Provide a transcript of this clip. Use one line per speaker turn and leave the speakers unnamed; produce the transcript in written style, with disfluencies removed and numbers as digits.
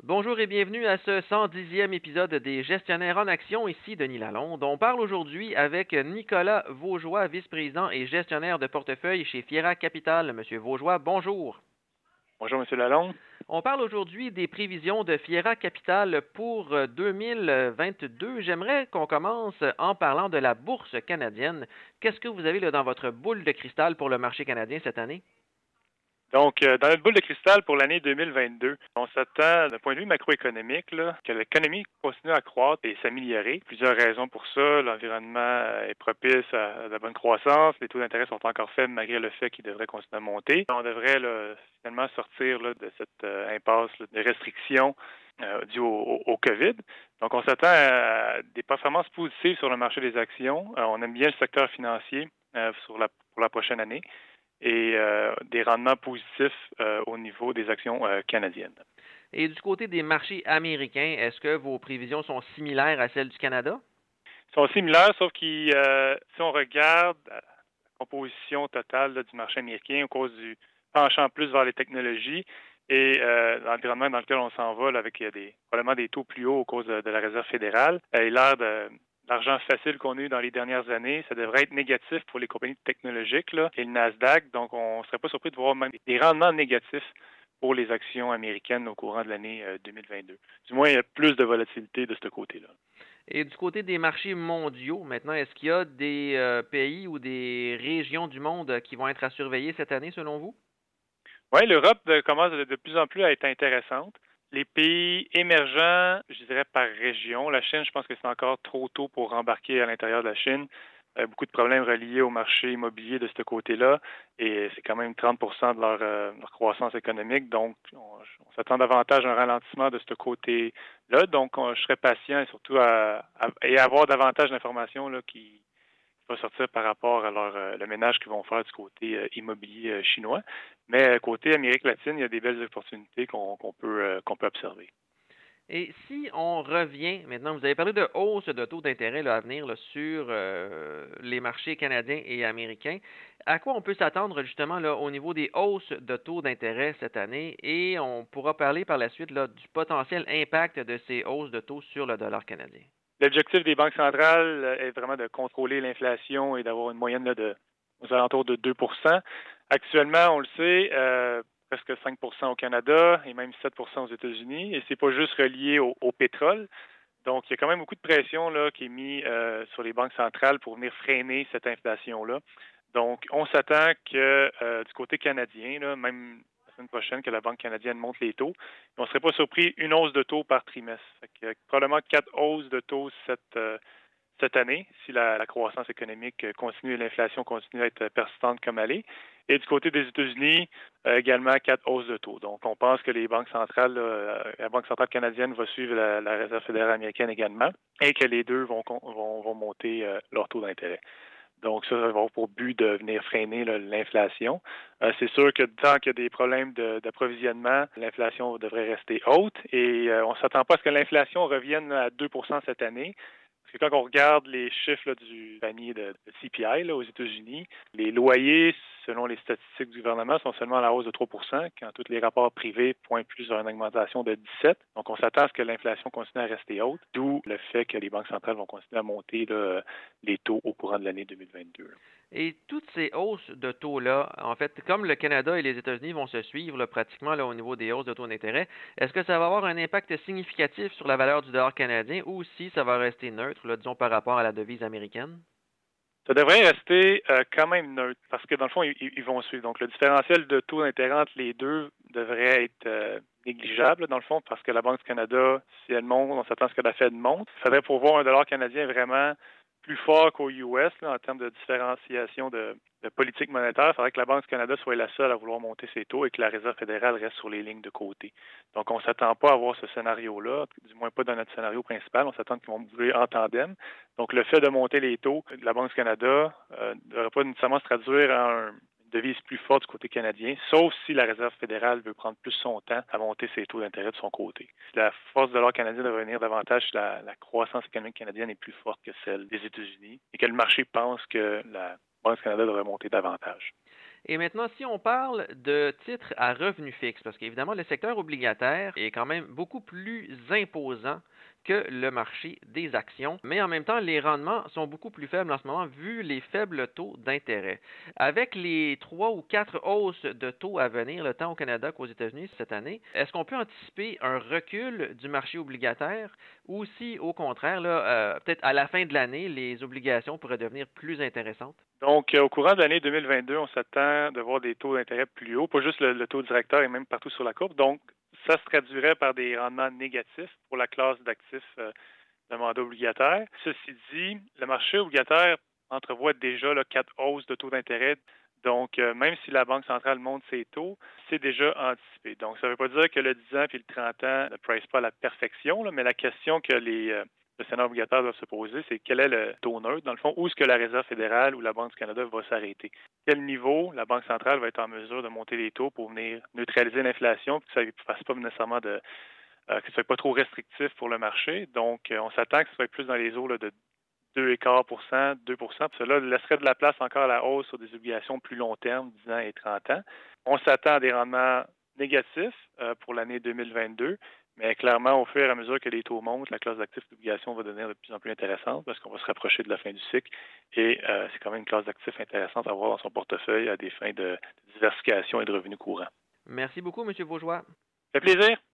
Bonjour et bienvenue à ce 110e épisode des Gestionnaires en action. Ici Denis Lalonde. On parle aujourd'hui avec Nicolas Vaugeois, vice-président et gestionnaire de portefeuille chez Fiera Capital. Monsieur Vaugeois, bonjour.
Bonjour, M. Lalonde.
On parle aujourd'hui des prévisions de Fiera Capital pour 2022. J'aimerais qu'on commence en parlant de la bourse canadienne. Qu'est-ce que vous avez là, dans votre boule de cristal pour le marché canadien cette année?
Donc, dans notre boule de cristal pour l'année 2022, on s'attend, d'un point de vue macroéconomique, que l'économie continue à croître et s'améliorer. Plusieurs raisons pour ça. L'environnement est propice à la bonne croissance. Les taux d'intérêt sont encore faibles malgré le fait qu'ils devraient continuer à monter. On devrait finalement sortir de cette impasse de restrictions dues au COVID. Donc, on s'attend à des performances positives sur le marché des actions. On aime bien le secteur financier pour la prochaine année et des rendements positifs au niveau des actions canadiennes.
Et du côté des marchés américains, est-ce que vos prévisions sont similaires à celles du Canada?
Ils sont similaires, sauf que si on regarde la composition totale du marché américain au cause du penchant plus vers les technologies et l'environnement dans lequel on s'en va, là, avec probablement des taux plus hauts au cause de la Réserve fédérale, et l'air de l'argent facile qu'on a eu dans les dernières années, ça devrait être négatif pour les compagnies technologiques là, et le Nasdaq. Donc, on ne serait pas surpris de voir même des rendements négatifs pour les actions américaines au courant de l'année 2022. Du moins, il y a plus de volatilité de ce côté-là.
Et du côté des marchés mondiaux, maintenant, est-ce qu'il y a des pays ou des régions du monde qui vont être à surveiller cette année, selon vous?
Oui, l'Europe commence de plus en plus à être intéressante. Les pays émergents, je dirais par région. La Chine, je pense que c'est encore trop tôt pour embarquer à l'intérieur de la Chine. Beaucoup de problèmes reliés au marché immobilier de ce côté-là. Et c'est quand même 30 de leur croissance économique. Donc, on s'attend davantage à un ralentissement de ce côté-là. Donc, je serais patient et surtout à avoir davantage d'informations là, qui va sortir par rapport à le ménage qu'ils vont faire du côté immobilier chinois. Mais côté Amérique latine, il y a des belles opportunités qu'on peut observer.
Et si on revient, maintenant, vous avez parlé de hausse de taux d'intérêt là, à venir là, sur les marchés canadiens et américains. À quoi on peut s'attendre justement là, au niveau des hausses de taux d'intérêt cette année? Et on pourra parler par la suite là, du potentiel impact de ces hausses de taux sur le dollar canadien.
L'objectif des banques centrales est vraiment de contrôler l'inflation et d'avoir une moyenne aux alentours de 2 Actuellement, on le sait, presque 5 au Canada et même 7 aux États-Unis. Et c'est pas juste relié au pétrole. Donc, il y a quand même beaucoup de pression là, qui est mise sur les banques centrales pour venir freiner cette inflation-là. Donc, on s'attend que du côté canadien, là, même la semaine prochaine, que la Banque canadienne monte les taux. On ne serait pas surpris une hausse de taux par trimestre. Fait que, probablement 4 hausses de taux cette année, si la croissance économique continue et l'inflation continue à être persistante comme elle est. Et du côté des États-Unis, également 4 hausses de taux. Donc, on pense que les banques centrales, la Banque centrale canadienne va suivre la Réserve fédérale américaine également, et que les deux vont monter leur taux d'intérêt. Donc, ça va avoir pour but de venir freiner l'inflation. C'est sûr que tant qu'il y a des problèmes d'approvisionnement, l'inflation devrait rester haute et on ne s'attend pas à ce que l'inflation revienne à 2 cette année. Parce que quand on regarde les chiffres là, du panier de CPI là, aux États-Unis, les loyers, selon les statistiques du gouvernement, sont seulement à la hausse de 3 quand tous les rapports privés pointent plus vers une augmentation de 17. Donc, on s'attend à ce que l'inflation continue à rester haute, d'où le fait que les banques centrales vont continuer à monter là, les taux au courant de l'année 2022.
Et toutes ces hausses de taux-là, en fait, comme le Canada et les États-Unis vont se suivre là, pratiquement là, au niveau des hausses de taux d'intérêt, est-ce que ça va avoir un impact significatif sur la valeur du dollar canadien ou si ça va rester neutre, là, disons, par rapport à la devise américaine?
Ça devrait rester quand même neutre parce que dans le fond, ils vont suivre. Donc, le différentiel de taux d'intérêt entre les deux devrait être négligeable dans le fond parce que la Banque du Canada, si elle monte, on s'attend à ce que la Fed monte. Il faudrait pouvoir un dollar canadien vraiment plus fort qu'au US là, en termes de différenciation de politique monétaire. Il faudrait que la Banque du Canada soit la seule à vouloir monter ses taux et que la Réserve fédérale reste sur les lignes de côté. Donc, on ne s'attend pas à avoir ce scénario-là, du moins pas dans notre scénario principal. On s'attend qu'ils vont bouger en tandem. Donc, le fait de monter les taux de la Banque du Canada ne devrait pas nécessairement se traduire en une devise plus forte du côté canadien, sauf si la Réserve fédérale veut prendre plus son temps à monter ses taux d'intérêt de son côté. La force de l'or canadien devrait venir davantage si la croissance économique canadienne est plus forte que celle des États-Unis et que le marché pense que la Banque du Canada devrait monter davantage.
Et maintenant, si on parle de titres à revenu fixe, parce qu'évidemment, le secteur obligataire est quand même beaucoup plus imposant que le marché des actions, mais en même temps, les rendements sont beaucoup plus faibles en ce moment vu les faibles taux d'intérêt. Avec les 3 ou 4 hausses de taux à venir, le tant au Canada qu'aux États-Unis cette année, est-ce qu'on peut anticiper un recul du marché obligataire ou si, au contraire, là, peut-être à la fin de l'année, les obligations pourraient devenir plus intéressantes?
Donc, au courant de l'année 2022, on s'attend de voir des taux d'intérêt plus hauts, pas juste le taux directeur et même partout sur la courbe. Donc, ça se traduirait par des rendements négatifs pour la classe d'actifs d'un mandat obligataire. Ceci dit, le marché obligataire entrevoit déjà 4 hausses de taux d'intérêt. Donc, même si la Banque centrale monte ses taux, c'est déjà anticipé. Donc, ça ne veut pas dire que le 10 ans puis le 30 ans ne price pas à la perfection, là, mais la question que le Sénat obligataire doit se poser, c'est quel est le taux neutre, dans le fond, où est-ce que la Réserve fédérale ou la Banque du Canada va s'arrêter? Quel niveau la Banque centrale va être en mesure de monter les taux pour venir neutraliser l'inflation, puis que ça ne fasse pas nécessairement que ce soit pas trop restrictif pour le marché. Donc, on s'attend que ce soit plus dans les eaux là, de 2,25 2 puis cela laisserait de la place encore à la hausse sur des obligations plus long terme, 10 ans et 30 ans. On s'attend à des rendements négatifs pour l'année 2022, mais clairement, au fur et à mesure que les taux montent, la classe d'actifs d'obligation va devenir de plus en plus intéressante parce qu'on va se rapprocher de la fin du cycle et c'est quand même une classe d'actifs intéressante à avoir dans son portefeuille à des fins de diversification et de revenus courants.
Merci beaucoup, M. Vaugeois.
Ça fait plaisir.